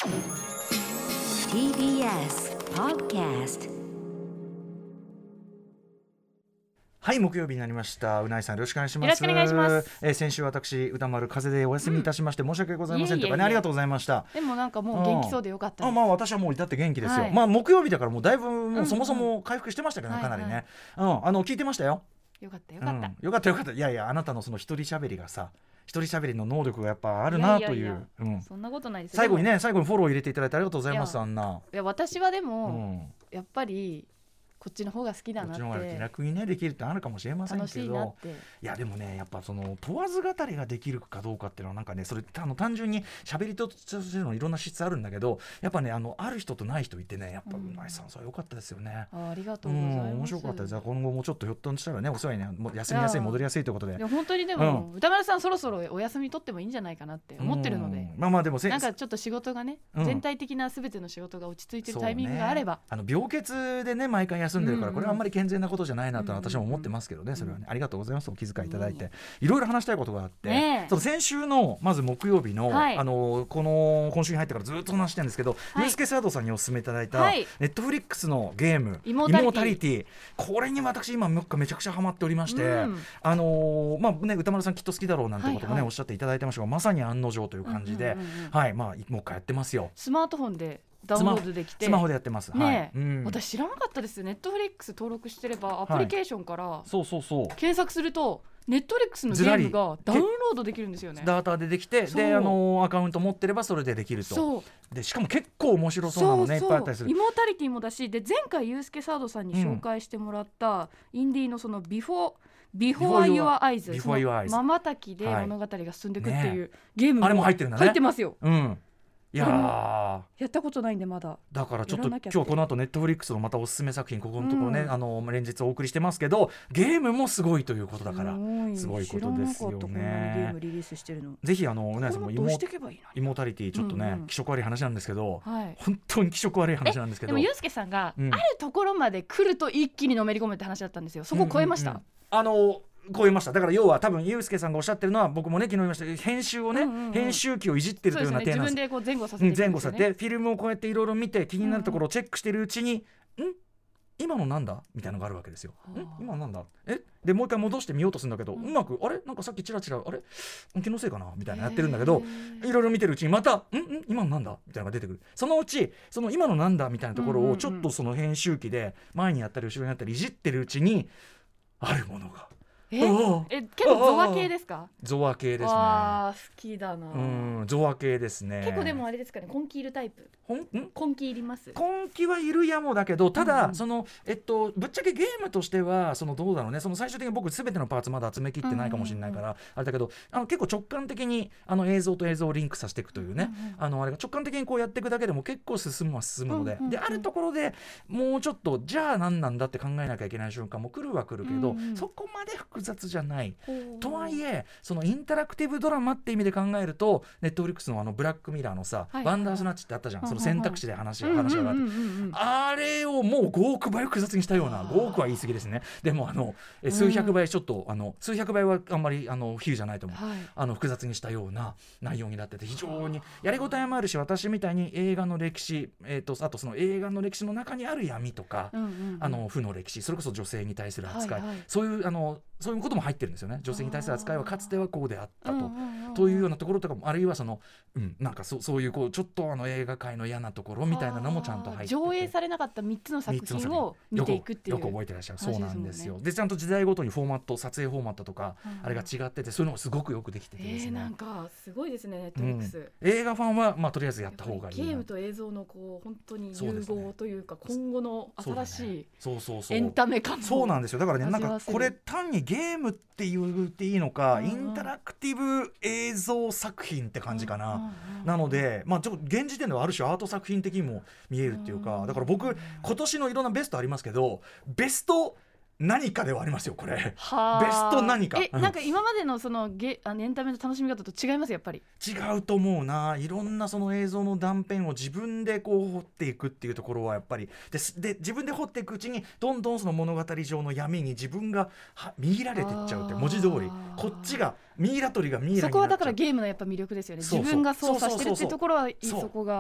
TBS Podcast。 はい、木曜日になりました。うないさんよろしくお願いします。 よろしくお願いします。 先週私歌丸風邪でお休みいたしまして、申し訳ございませんとかね、ありがとうございました。 でもなんかもう元気そうでよかったです。 まあ私はもう至って元気ですよ、 はい、 まあ木曜日だからもうだいぶもうそもそも回復してましたけどね、かなりね、聞いてましたよ。 よかったよかった、 よかったよかった。いやいや、あなたのその一人喋りがさ、一人喋りの能力がやっぱあるなという。 いやいやいや、そんなことないです。 最後にフォロー入れていただいてありがとうございます。あんな。 いや私はでも、やっぱりこっちの方が好きだなって、こっちの方が気楽にねできるってあるかもしれませんけど、 楽しいなって。 いやでもね、やっぱその問わず語りができるかどうかっていうのはなんかね、それ単純に喋りとしてのいろんな質あるんだけど、やっぱねある人とない人いてね、やっぱうないさんそれ良かったですよね。 ありがとうございます。 面白かったです。今後もちょっとひょっとしたらね、お世話にね、休みやすい戻りやすいということで。 いや本当にでも、歌丸さんそろそろお休み取ってもいいんじゃないかなって思ってるので、 まあでもなんかちょっと仕事がね、全体的な全ての仕事が落ち着いてるタイミングがあれば、 病欠でね毎回休んでるから、これはあんまり健全なことじゃないなと私も思ってますけどね、それはね、ありがとうございます。お気遣いいただいて、いろいろ話したいことがあって、その先週のまず木曜日の、この今週に入ってからずっと話してるんですけど、ユースケサードさんにお勧めいただいたネットフリックスのゲームイモータリティ、これに私今めちゃくちゃハマっておりまして、歌丸さんきっと好きだろうなんてこともね、おっしゃっていただいてましたが、まさに案の定という感じで、もう一回やってますよ。 スマートフォンでダウンロードできて、 スマホでやってますね。 私知らなかったですよ。ネットフリックス登録してればアプリケーションから検索するとネットフリックスのゲームがダウンロードできるんですよね。 ダータでできて、でアカウント持ってればそれでできると。でしかも結構面白そうなのね、いっぱいあったりする。 イモータリティもだし、で前回ユースケサードさんに紹介してもらったインディーのそのビフォーYour Eyes、まばたきで物語が進んでいくっていうゲームもあれも入ってるんだね。 入ってますよ。 いややったことないんでまだ。 だからちょっと今日この後ネットフリックスのまたおすすめ作品、ここのところね、連日お送りしてますけど、ゲームもすごいということだからすごいことですよね。 ゲームリリースしてるの。 ぜひうなさんもイモータリティちょっとね、気色悪い話なんですけど、本当に気色悪い話なんですけど、 でもユースケさんがあるところまで来ると一気にのめり込むって話だったんですよ。そこ超えました？ 超えました。だから要は多分ユースケさんがおっしゃってるのは、僕もね昨日言いましたけど、編集をね、編集機をいじってるというような点なんです。 自分でこう前後させていくんですよね。 前後させてフィルムをこうやっていろいろ見て気になるところをチェックしているうちに、今のなんだみたいなのがあるわけですよ。今なんだでもう一回戻してみようとするんだけど、うまくなんかさっきチラチラ気のせいかなみたいなやってるんだけど、いろいろ見てるうちにまた今のなんだみたいなのが出てくる。そのうちその今のなんだみたいなところをちょっとその編集機で前にやったり後ろにやったりいじってるうちに、あるものが結構ゾワ系ですか？ ゾワ系ですね。 好きだな。 ゾワ系ですね。 結構でもあれですかね、根気いるタイプ。根気いります？ 根気はいるやもだけど、ただ、そのぶっちゃけゲームとしてはそのどうだろうね、その最終的に僕全てのパーツまだ集めきってないかもしれないから、あれだけど、結構直感的に映像と映像をリンクさせていくというね、あれが直感的にこうやっていくだけでも結構進むので、であるところでもうちょっとじゃあ何なんだって考えなきゃいけない瞬間も来るは来るけど、そこまで複雑じゃないとはいえ、そのインタラクティブドラマって意味で考えると、ネットフリックスのブラックミラーのさ、ワンダースナッチってあったじゃん、その選択肢で話があって、あれをもう5億倍複雑にしたような、5億は言い過ぎですね。でも数百倍ちょっと数百倍はあんまり比喩じゃないと思う、複雑にしたような内容になってて、非常にやりごたえもあるし、私みたいに映画の歴史、あとその映画の歴史の中にある闇とか、負の歴史、それこそ女性に対する扱い、そういうことも入ってるんですよね。女性に対する扱いはかつてはこうであったというようなところとかも、あるいはなんかそういうちょっと映画界の嫌なところみたいなのもちゃんと入ってて、 上映されなかった3つの作品を見ていくっていう、 よく覚えてらっしゃる。そうなんですよ。でちゃんと時代ごとにフォーマット、撮影フォーマットとか、あれが違ってて、そういうのがすごくよくできててですね、 なんかすごいですね、ネットフリックス。 映画ファンはとりあえずやった方がいい。 ゲームと映像の本当に融合というか、今後の新しいエンタメ感も。 そうなんですよ。だからね、なんかこれ単にゲームって言っていいのか、インタラクティブ映像作品って感じかな。なのでちょっと現時点ではある種アート作品的にも見えるっていうか、だから僕今年のいろんなベストありますけど、ベスト何かではありますよこれ。ベスト何か。 なんか今までのそのエンタメの楽しみ方と違います？やっぱり違うと思うな。いろんなその映像の断片を自分でこう掘っていくっていうところはやっぱりで自分で掘っていくうちにどんどんその物語上の闇に自分が見入られていっちゃうって、文字通りこっちがミイラ取りがミイラになっちゃう。 そこはだからゲームのやっぱ魅力ですよね。自分が操作してるっていうところはそこが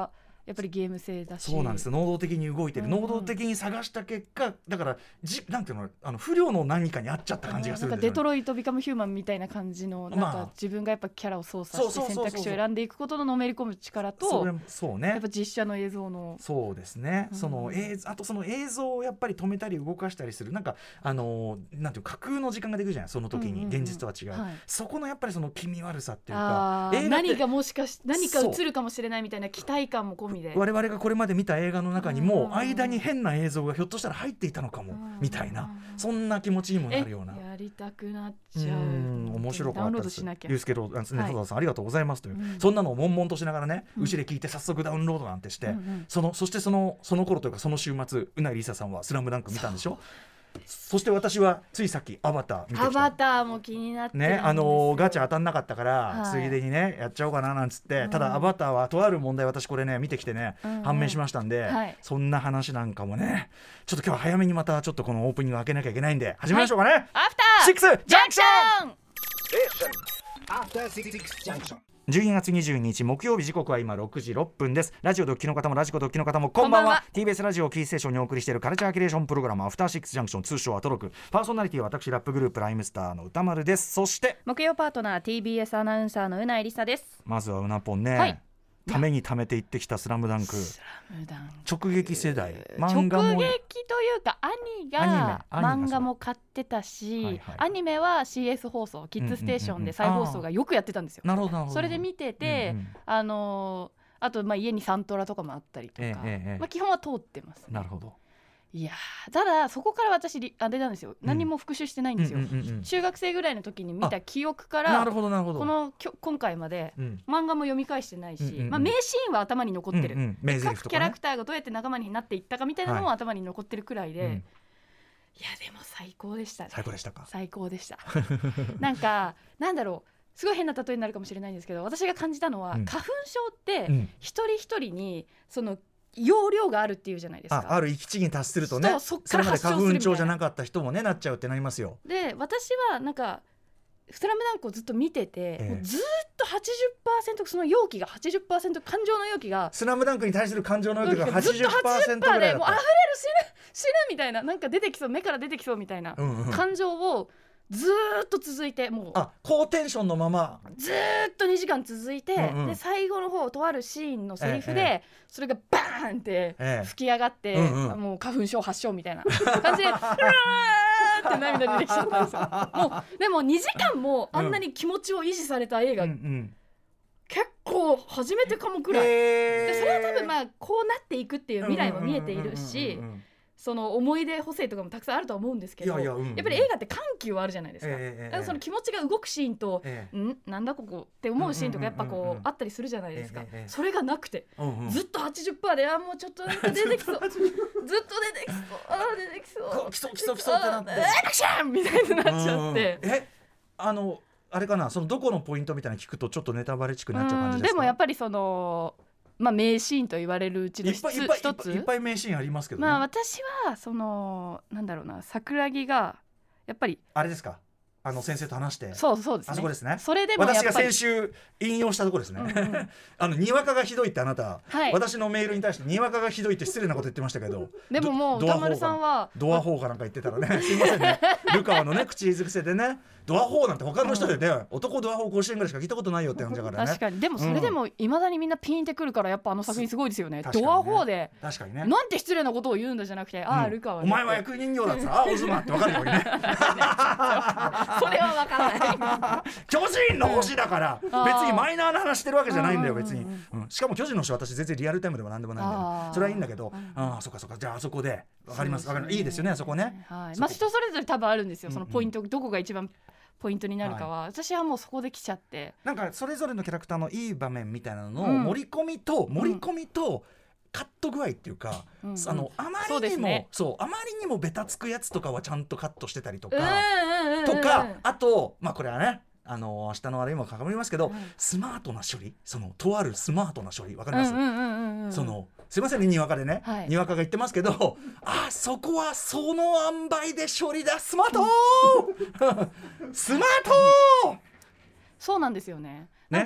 やっぱりゲーム性だし、 そうなんです。能動的に動いてる、能動的に探した結果だからなんていうの、不良の何かに合っちゃった感じがするんですよね。 なんかデトロイトビカムヒューマンみたいな感じの、なんか自分がやっぱキャラを操作して選択肢を選んでいくことののめり込む力と、 そうね、 やっぱ実写の映像の、 そうですね、あとその映像をやっぱり止めたり動かしたりする、なんかなんていう架空の時間ができるじゃない、その時に現実とは違う、そこのやっぱりその気味悪さっていうか、 何がもしかし何か映るかもしれないみたいな期待感も込みで、 我々がこれまで見た映画の中にも間に変な映像がひょっとしたら入っていたのかもみたいな、そんな気持ちにもなるような、 やりたくなっちゃう。 面白かったです。ゆうすけろうさんありがとうございますという、そんなのを悶々としながらね、うちで聞いて早速ダウンロードなんてして、そしてその頃というかその週末、うないりささんはスラムダンク見たんでしょ。そして私はついさっきアバター見てきた。 アバターも気になってね、ガチャ当たんなかったから、ついでにねやっちゃおうかななんつって、ただアバターはとある問題、私これね見てきてね、判明しましたんで、そんな話なんかもね、ちょっと今日は早めにまたちょっとこのオープニング開けなきゃいけないんで始めましょうかね。 アフターシックスジャンクション。 アフターシックスジャンクション。 12月22日木曜日、時刻は今6時6分です。ラジオドッキの方もラジコドッキの方もこんばんは。 TBS ラジオキーステーションにお送りしているカルチャーキュレーションプログラムアフターシックスジャンクション、通称アトロク。パーソナリティは私ラップグループライムスターの歌丸です。そして木曜パートナー TBS アナウンサーのうないりさです。 まずはうなぽんね、ためにためていってきたスラムダンク直撃世代、 漫画も直撃というか兄が漫画も買ってたし、アニメは CS 放送キッズステーションで再放送がよくやってたんですよ。 なるほど。 それで見てて、あと家にサントラとかもあったりとか、基本は通ってますね。 なるほど。 いやただそこから私あれなんですよ、何も復習してないんですよ。中学生ぐらいの時に見た記憶から今回まで漫画も読み返してないし、名シーンは頭に残ってる、各キャラクターがどうやって仲間になっていったかみたいなのも頭に残ってるくらいで、いやでも最高でしたね。 最高でしたか。 最高でしたなんかなんだろう、すごい変な例えになるかもしれないんですけど、私が感じたのは、花粉症って一人一人にその容量があるっていうじゃないですか。 ある域値に達するとね、それまで花粉症じゃなかった人もねなっちゃうってなりますよ。 で私はなんかスラムダンクをずっと見てて、もうずっと 80% その容器が 80% 感情の容器が、 スラムダンクに対する感情の容器が 80% ぐらいだった。 ずっと 80% でもう溢れる、死ぬみたいな、なんか出てきそう、目から出てきそうみたいな感情をずっと続いて、もう高テンションのままずっと2時間続いて、で最後の方とあるシーンのセリフで、それがバーンって吹き上がって、もう花粉症発症みたいな感じでって涙出てきちゃったんですよ。もうでも2時間もあんなに気持ちを維持された映画、結構初めてかもくらいで、それは多分こうなっていくっていう未来も見えているし、その思い出補正とかもたくさんあるとは思うんですけど、やっぱり映画って緩急はあるじゃないですか。だからその気持ちが動くシーンと、なんだここって思うシーンとかやっぱこうあったりするじゃないですか。それがなくて、ずっと 80% で、もうちょっとなんか出てきそうずっと出てきそう出てきそう基礎ってなってアクションみたいになっちゃって、 あれかな、そのどこのポイントみたいな聞くとちょっとネタバレチックになっちゃう感じですか。 でもやっぱりその名シーンと言われるうちの一つ、 いっぱい名シーンありますけどね。 私はそのなんだろうな、桜木がやっぱりあれですか、先生と話して、 そうですね、 あそこですね。 それでもやっぱり私が先週引用したところですね、にわかがひどいってあなた、私のメールに対してにわかがひどいって失礼なこと言ってましたけど、 でももう歌丸さんはドアホーかなんか言ってたらねすいませんねルカワのね口づくせでね、ドアホーなんて他の人でね、男ドアホー甲子園ぐらいしか聞いたことないよって感じだからね。 確かに。でもそれでもいまだにみんなピンってくるから、やっぱ作品すごいですよね。ドアホーで確かにね、 なんて失礼なことを言うんだじゃなくて、ルカワお前は役人形だったらオズマって分かるようにねそれは分かんない巨人の星だから別にマイナーな話してるわけじゃないんだよ別に、しかも巨人の星は私全然リアルタイムでもなんでもないんだよ、それはいいんだけど、そっかじゃああそこで分かります、いいですよねあそこね。 人それぞれ多分あるんですよ、そのポイント、どこが一番ポイントになるかは、私はもうそこで来ちゃって、 なんかそれぞれのキャラクターのいい場面みたいなのを盛り込みとカット具合っていうか、あまりにもあまりにもベタつくやつとかはちゃんとカットしてたりとか、あとこれはね明日のあれにも関わりますけど、スマートな処理、そのとあるスマートな処理、わかります？そのすいませんね、にわかでね、にわかが言ってますけど、そこはその塩梅で処理だ、スマートスマートそうなんですよね。なんか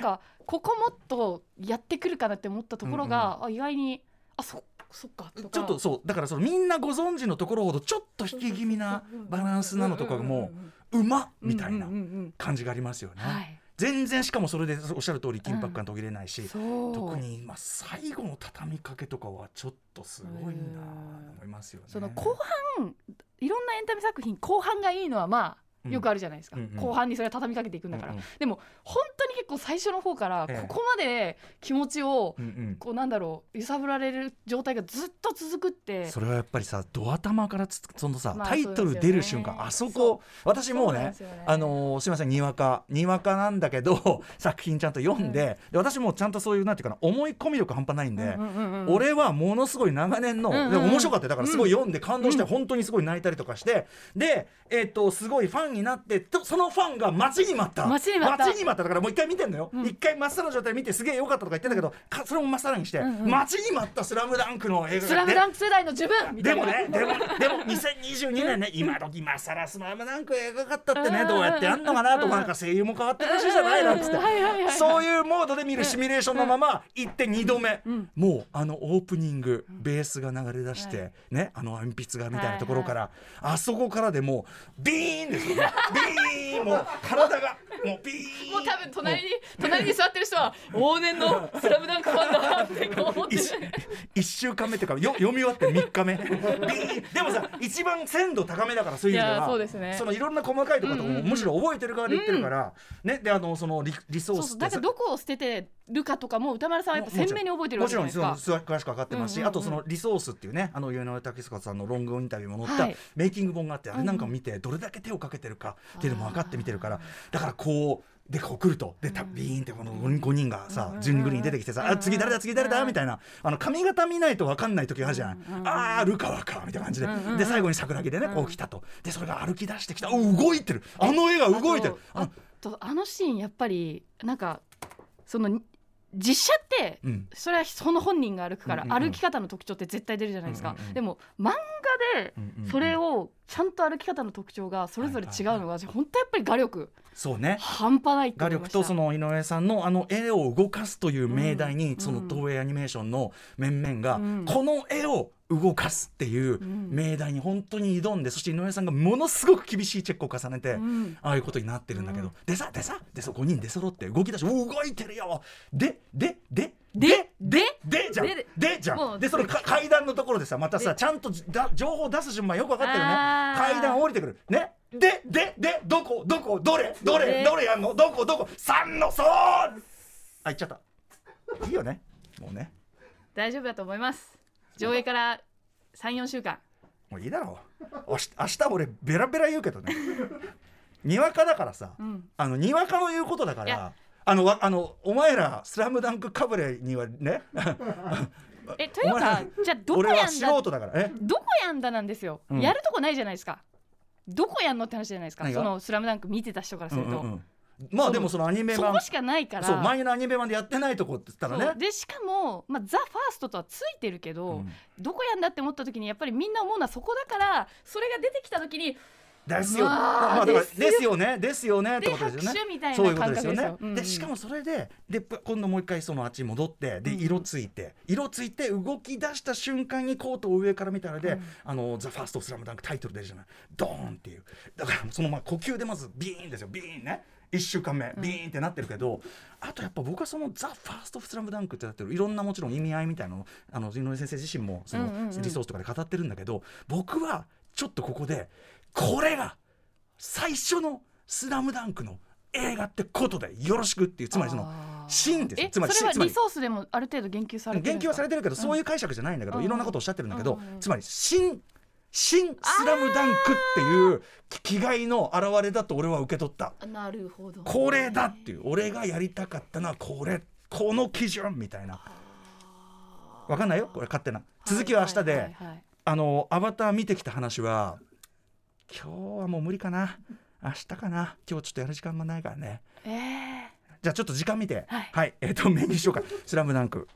ここもっとやってくるかなって思ったところが、意外にそっかとか、 ちょっとそうだからそのみんなご存知のところほどちょっと引き気味なバランスなのとかもうまっみたいな感じがありますよね、はい、全然しかもそれでおっしゃる通り緊迫感途切れないし、特に今最後の畳みかけとかはちょっとすごいなと思いますよね。 その後半いろんなエンタメ作品後半がいいのはまあよくあるじゃないですか、後半にそれ畳みかけていくんだから、でも本当に結構最初の方からここまで気持ちをこうなんだろう揺さぶられる状態がずっと続くって、 それはやっぱりさド頭からそのさ、タイトル出る瞬間あそこ私もうねすいませんにわかなんだけど作品ちゃんと読んで、私もちゃんとそういうなんていうかな思い込み力半端ないんで、俺はものすごい長年の、で面白かっただからすごい読んで感動して本当にすごい泣いたりとかして、ですごいファンになってそのファンが待ちに待っただからもう一回見てんのよ、一回まっさらの状態見てすげえ良かったとか言ってんだけど、それもまっさらにして、待ちに待ったスラムダンクの映画スラムダンク世代の自分みたいな。 でも2022年ね今更スラムダンク映画かったってねどうやってやんのかなとか、なんか声優も変わってるらしいじゃないなんつって、そういうモードで見るシミュレーションのまま行って2度目、もうオープニングベースが流れ出してね、鉛筆画みたいなところからあそこからでもうビーンですよねビーンもう体がもうビーン、 もう多分隣に座ってる人は往年のスラムダンクファンだって思ってる 1週間目っていうか読み終わって3日目ビーンでもさ一番鮮度高めだから、そういう意味ではそうですね、 そのいろんな細かいところとかもむしろ覚えてる側で言ってるから、ね、でそのリソースってだからどこを捨ててるかとかも歌丸さんはやっぱ鮮明に覚えてるわけじゃないですか。 もちろん詳しく分かってますし、あとそのリソースっていうね井上武塚さんのロングインタビューも載ったメイキング本があって、あれなんかを見てどれだけ手をかけてるかっていうのも分かって見てるから、だからこうでこう来るとでビーンってこの5人がさ順繰りに出てきてさ、次誰だみたいな髪型見ないと分かんない時があるじゃん、ルカワかみたいな感じで、で最後に桜木でねこう来たと、でそれが歩き出してきた、動いてる、絵が動いてる、 あのシーンやっぱりなんかその実写って、それはその本人が歩くから、歩き方の特徴って絶対出るじゃないですか、でも漫画でそれをちゃんと歩き方の特徴がそれぞれ違うのが、本当やっぱり画力そうね、 半端ないって思いました。 画力とその井上さんの絵を動かすという命題に、その東映アニメーションの面々が、この絵を動かすっていう命題に本当に挑んで、そして井上さんがものすごく厳しいチェックを重ねて、ああいうことになってるんだけど、でそ5人出揃って動き出して動いてるよ、でじゃんでその階段のところでさまたさちゃんと情報を出す順番よく分かってるね、階段降りてくるね、でどこどれやんのどこ3のそう言っちゃったいいよねもうね大丈夫だと思います。上映から 3,4 週間もういいだろう、明日俺ベラベラ言うけどねにわかだからさ、にわかの言うことだからお前らスラムダンクかぶれにはねというかじゃあどこやんだ、 俺は素人だからどこやんだなんですよ、やるとこないじゃないですか、どこやんのって話じゃないですか、そのスラムダンク見てた人からすると、 まあでもそのアニメ版そこしかないから、 そう前のアニメ版でやってないとこって言ったらね、 でしかも、ザ・ファーストとはついてるけど、どこやんだって思った時にやっぱりみんな思うのはそこだから、それが出てきた時にですよ、だからですよねってことですよね。 拍手みたいな感覚ですよね。でしかもそれで今度もう一回そのあっちに戻ってで色ついて動き出した瞬間にコートを上から見たらで、ザ・ファーストスラムダンクタイトル出るじゃない、ドーンっていう、だからその呼吸でまずビーンですよ、ビーンね。1週間目ビーンってなってるけど、あとやっぱ僕はそのザ・ファーストスラムダンクってなってるいろんなもちろん意味合いみたいなの井上先生自身もそのリソースとかで語ってるんだけど、僕はちょっとここでこれが最初のスラムダンクの映画ってことでよろしくっていう、つまりそのシーンです。つまりそれはリソースでもある程度言及されてるんですか？ 言及はされてるけど、そういう解釈じゃないんだけど、いろんなことをおっしゃってるんだけど、つまり新スラムダンクっていう気概の表れだと俺は受け取った。 なるほど、 これだっていう、俺がやりたかったのはこの基準みたいな。わかんないよこれ勝手な、続きは明日で、アバター見てきた話は今日はもう無理かな、明日かな、今日ちょっとやる時間もないからね、じゃあちょっと時間見て、はい、メニューしようかスラムダンク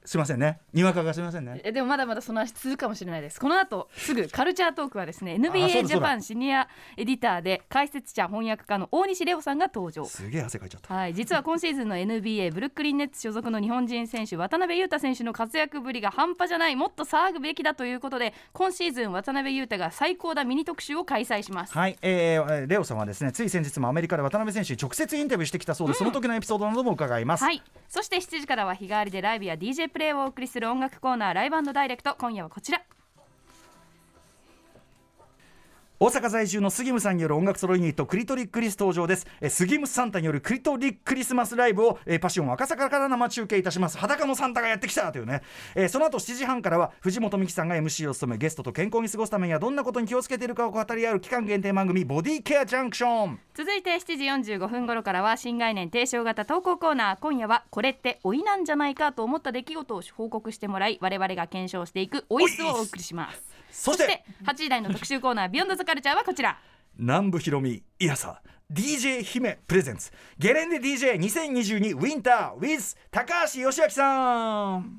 すいませんね、にわかがすいませんね。 でもまだまだその足続くかもしれないです。この後すぐカルチャートークはですね NBA ジャパンシニアエディターで解説者翻訳家の大西レオさんが登場。 すげえ汗かいちゃった、 はい、実は今シーズンの NBA ブルックリンネッツ所属の日本人選手渡邊雄太選手の活躍ぶりが半端じゃない、もっと騒ぐべきだということで今シーズン渡邊雄太が最高だミニ特集を開催します。 はい、レオさんはですねつい先日もアメリカで渡邊選手に直接インタビューしてきたそうで、その時のエピソードなども伺います。 はい、そして7時からは日替わりでライブや DJ プレイをお送りする音楽コーナーライブ&ダイレクト。今夜はこちら、 大阪在住の杉ムさんによる音楽ソロユニットクリトリックリス登場です。杉ムサンタによるクリトリックリスマスライブを、パシオン赤坂から生中継いたします。裸のサンタがやってきたというね、その後7時半からは藤本美貴さんが MC を務め、ゲストと健康に過ごすためにはどんなことに気をつけているかを語り合う期間限定番組ボディケアジャンクション。 続いて7時45分頃からは新概念提唱型投稿コーナー。今夜はこれって老いなんじゃないかと思った出来事を報告してもらい、我々が検証していく老いスをお送りします。そして8時台の特集コーナービヨンドザカルチャーはこちら、 南部ひろみいやさ DJ 姫プレゼンツゲレンデ DJ2022 ウィンター with 高橋義明さん。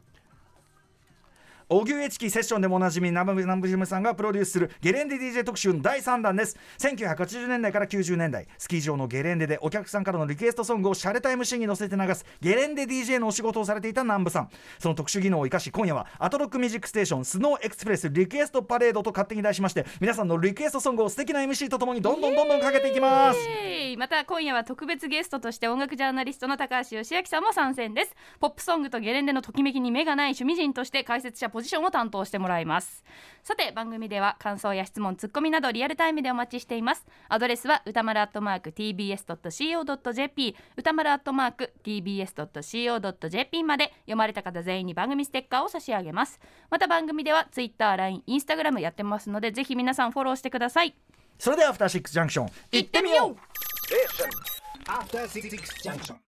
オギュエチキセッションでもおなじみ南部ひろみさんがプロデュースするゲレンデ DJ 特集の第3弾です。1980年代から90年代スキー場のゲレンデでお客さんからのリクエストソングをシャレタイムシーンに乗せて流すゲレンデ DJ のお仕事をされていた南部さん、その特殊技能を生かし今夜はアトロックミュージックステーションスノーエクスプレスリクエストパレードと勝手に題しまして、皆さんのリクエストソングを素敵な MC とともにどんどんかけていきます。 また今夜は特別ゲストとして音楽ジャーナリストの高橋義明さんも参戦です。ポップソングとゲレンデのときめきに目がない趣味人として解説者ポジションを担当してもらいます。さて番組では感想や質問ツッコミなどリアルタイムでお待ちしています。アドレスは歌丸@tbs.co.jp 歌丸@tbs.co.jp まで。読まれた方全員に番組ステッカーを差し上げます。また番組では Twitter、LINE、Instagram やってますのでぜひ皆さんフォローしてください。 それではアフターシックスジャンクション行ってみよう。 After 66 junction.